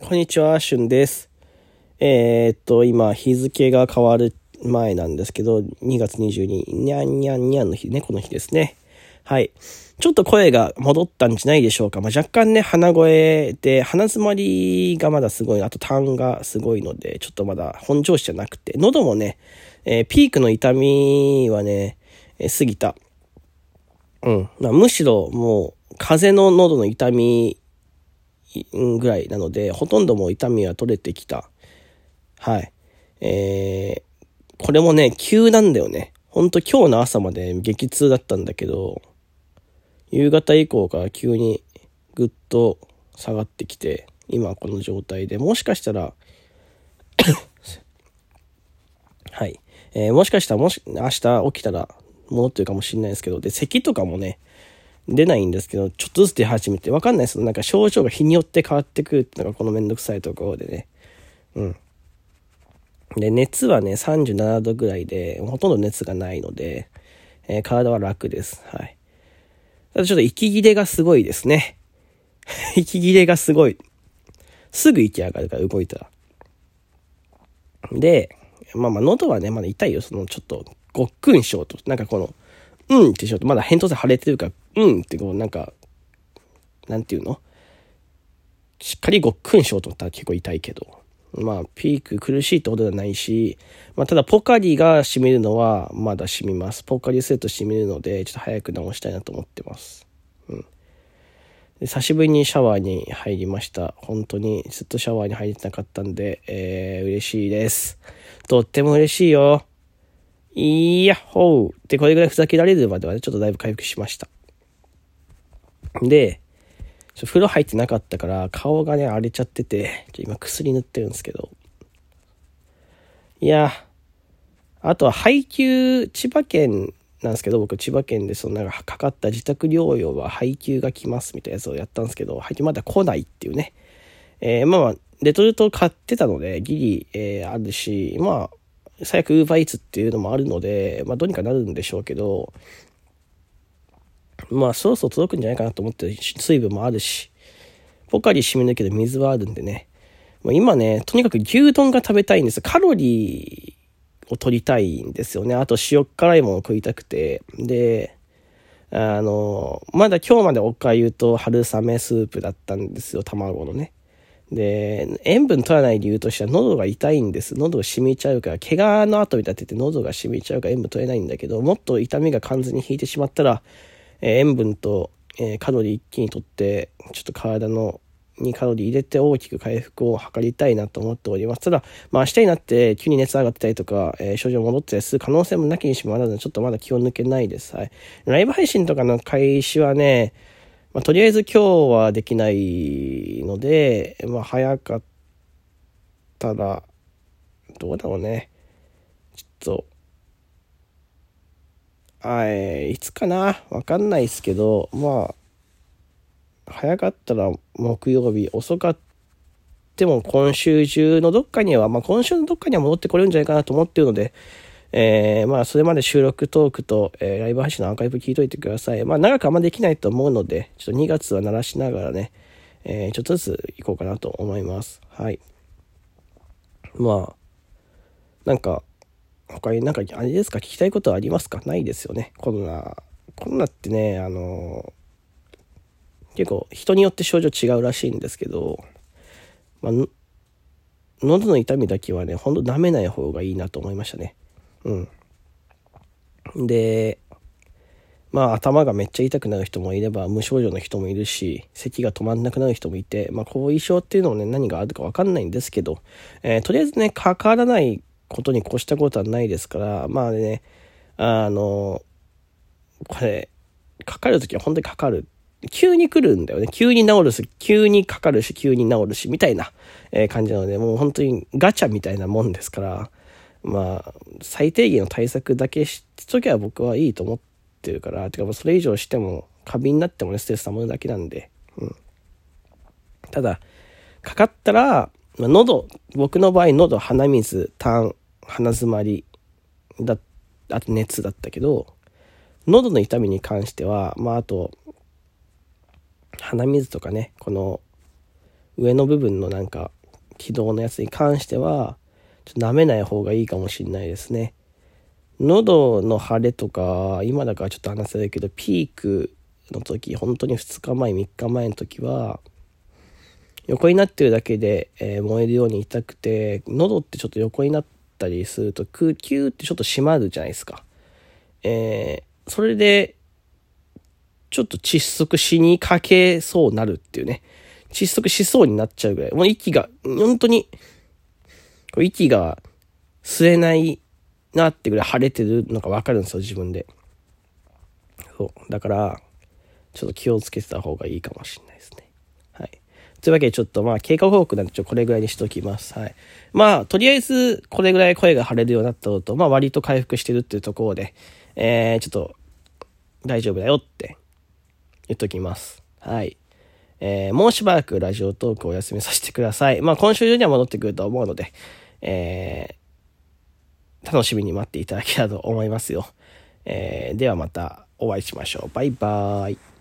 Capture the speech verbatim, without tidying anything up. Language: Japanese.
こんにちは、しゅんです。えー、っと、今、日付が変わる前なんですけど、にがつにじゅうににち、にゃんにゃんにゃんの日ね、この日ですね。はい。ちょっと声が戻ったんじゃないでしょうか。まあ、若干ね、鼻声で、鼻詰まりがまだすごい、あと痰がすごいので、ちょっとまだ本調子じゃなくて、喉もね、えー、ピークの痛みはね、えー、過ぎた。うん。まあ、むしろもう、風邪の喉の痛みぐらいなので、ほとんどもう痛みは取れてきた。はい。えー、これもね、急なんだよね。ほんと今日の朝まで激痛だったんだけど、夕方以降から急にぐっと下がってきて、今この状態で、もしかしたら、はい。えー、もしかしたらもし、明日起きたら戻ってるかもしれないですけど、で、咳とかもね、出ないんですけど、ちょっとずつ出始めて、わかんないです。なんか症状が日によって変わってくるっていうのがこのめんどくさいところでね。うん。で、熱はね、さんじゅうななどぐらいで、ほとんど熱がないので、えー、体は楽です。はい。ただちょっと息切れがすごいですね。息切れがすごい。すぐ息上がるから動いたら。で、まあまあ喉はね、まだ痛いよ。そのちょっと、ごっくんしようと。なんかこの、うんってしようと。まだ扁桃腺腫れてるから、うんってこう、なんか、なんていうのしっかりごっくんしようと思ったら結構痛いけど。まあ、ピーク苦しいってことではないし、まあ、ただポカリが染みるのはまだ染みます。ポカリスエット染みるので、ちょっと早く治したいなと思ってます。うん。で久しぶりにシャワーに入りました。本当にずっとシャワーに入れてなかったんで、えー、嬉しいです。とっても嬉しいよ。いやっほーってこれぐらいふざけられるまではね、ちょっとだいぶ回復しました。で、風呂入ってなかったから顔がね荒れちゃってて、今薬塗ってるんですけど、いやあとは配給、千葉県なんですけど、僕千葉県でそのなんかかかった自宅療養は配給が来ますみたいなやつをやったんですけど、配給まだ来ないっていうね。えー、まあまあレトルト買ってたのでギリ、えー、あるし、まあ最悪ウーバーイーツっていうのもあるので、まあどうにかなるんでしょうけど、まあそろそろ届くんじゃないかなと思って、水分もあるし、ポカリ染み抜けど水はあるんでね。今ね、とにかく牛丼が食べたいんです。カロリーを取りたいんですよね。あと塩辛いものを食いたくて。で、あの、まだ今日までおかゆと春雨スープだったんですよ。卵のね。で、塩分取らない理由としては喉が痛いんです。喉が染みちゃうから、怪我の後に立ってて喉が染みちゃうから塩分取れないんだけど、もっと痛みが完全に引いてしまったら、えー、塩分と、えー、カロリー一気に取って、ちょっと体のにカロリー入れて大きく回復を図りたいなと思っております。ただ、まあ明日になって急に熱上がってたりとか、えー、症状戻ってたりする可能性もなきにしもあらず、ちょっとまだ気を抜けないです。はい。ライブ配信とかの開始はね、まあ、とりあえず今日はできないので、まあ早かったら、どうだろうね。ちょっと、あい、いつかなわかんないですけど、まあ、早かったら木曜日、遅かっても今週中のどっかには、まあ今週のどっかには戻ってこれるんじゃないかなと思ってるので、えー、まあそれまで収録トークと、えー、ライブ配信のアーカイブ聞いといてください。まあ長くあんまできないと思うので、ちょっとにがつは鳴らしながらね、えー、ちょっとずつ行こうかなと思います。はい。まあ、なんか、他になんかあれですか、聞きたいことはありますか？ないですよね。コロナ。コロナってね、あのー、結構人によって症状違うらしいんですけど、まあ、喉の痛みだけはね、ほんと舐めない方がいいなと思いましたね。うん。で、まあ頭がめっちゃ痛くなる人もいれば無症状の人もいるし、咳が止まんなくなる人もいて、まあ後遺症っていうのもね、何があるかわかんないんですけど、えー、とりあえずね、かからないことに越したことはないですから、まあね、あの、これ、かかるときは本当にかかる。急に来るんだよね。急に治るし、急にかかるし、急に治るし、みたいな、えー、感じなので、もう本当にガチャみたいなもんですから、まあ、最低限の対策だけしときゃ僕はいいと思ってるから、てかそれ以上しても、過敏になってもね、ストレス溜まるだけなんで、うん。ただ、かかったら、まあ、喉、僕の場合、喉、鼻水、痰、鼻詰まり、だ、あと熱だったけど、喉の痛みに関しては、まああと、鼻水とかね、この上の部分のなんか軌道のやつに関しては、ちょっと舐めない方がいいかもしれないですね。喉の腫れとか、今だからちょっと話せないけど、ピークの時、本当にふつかまえ、みっかまえの時は、横になってるだけで、えー、燃えるように痛くて、喉ってちょっと横になったりすると、クーキューってちょっと締まるじゃないですか。えー、それで、ちょっと窒息しにかけそうなるっていうね。窒息しそうになっちゃうぐらい。もう息が、本当に、息が吸えないなってぐらい腫れてるのがわかるんですよ、自分で。そう。だから、ちょっと気をつけてた方がいいかもしれないですね。はい。というわけでちょっとまあ経過報告なんでちょっとこれぐらいにしときます。はい。まあとりあえずこれぐらい声が腫れるようになったのと、まあ割と回復してるっていうところで、えー、ちょっと大丈夫だよって言っときます。はい。えー、もうしばらくラジオトークをお休みさせてください。まあ今週中には戻ってくると思うので、えー、楽しみに待っていただけたらと思いますよ。えー、ではまたお会いしましょう。バイバーイ。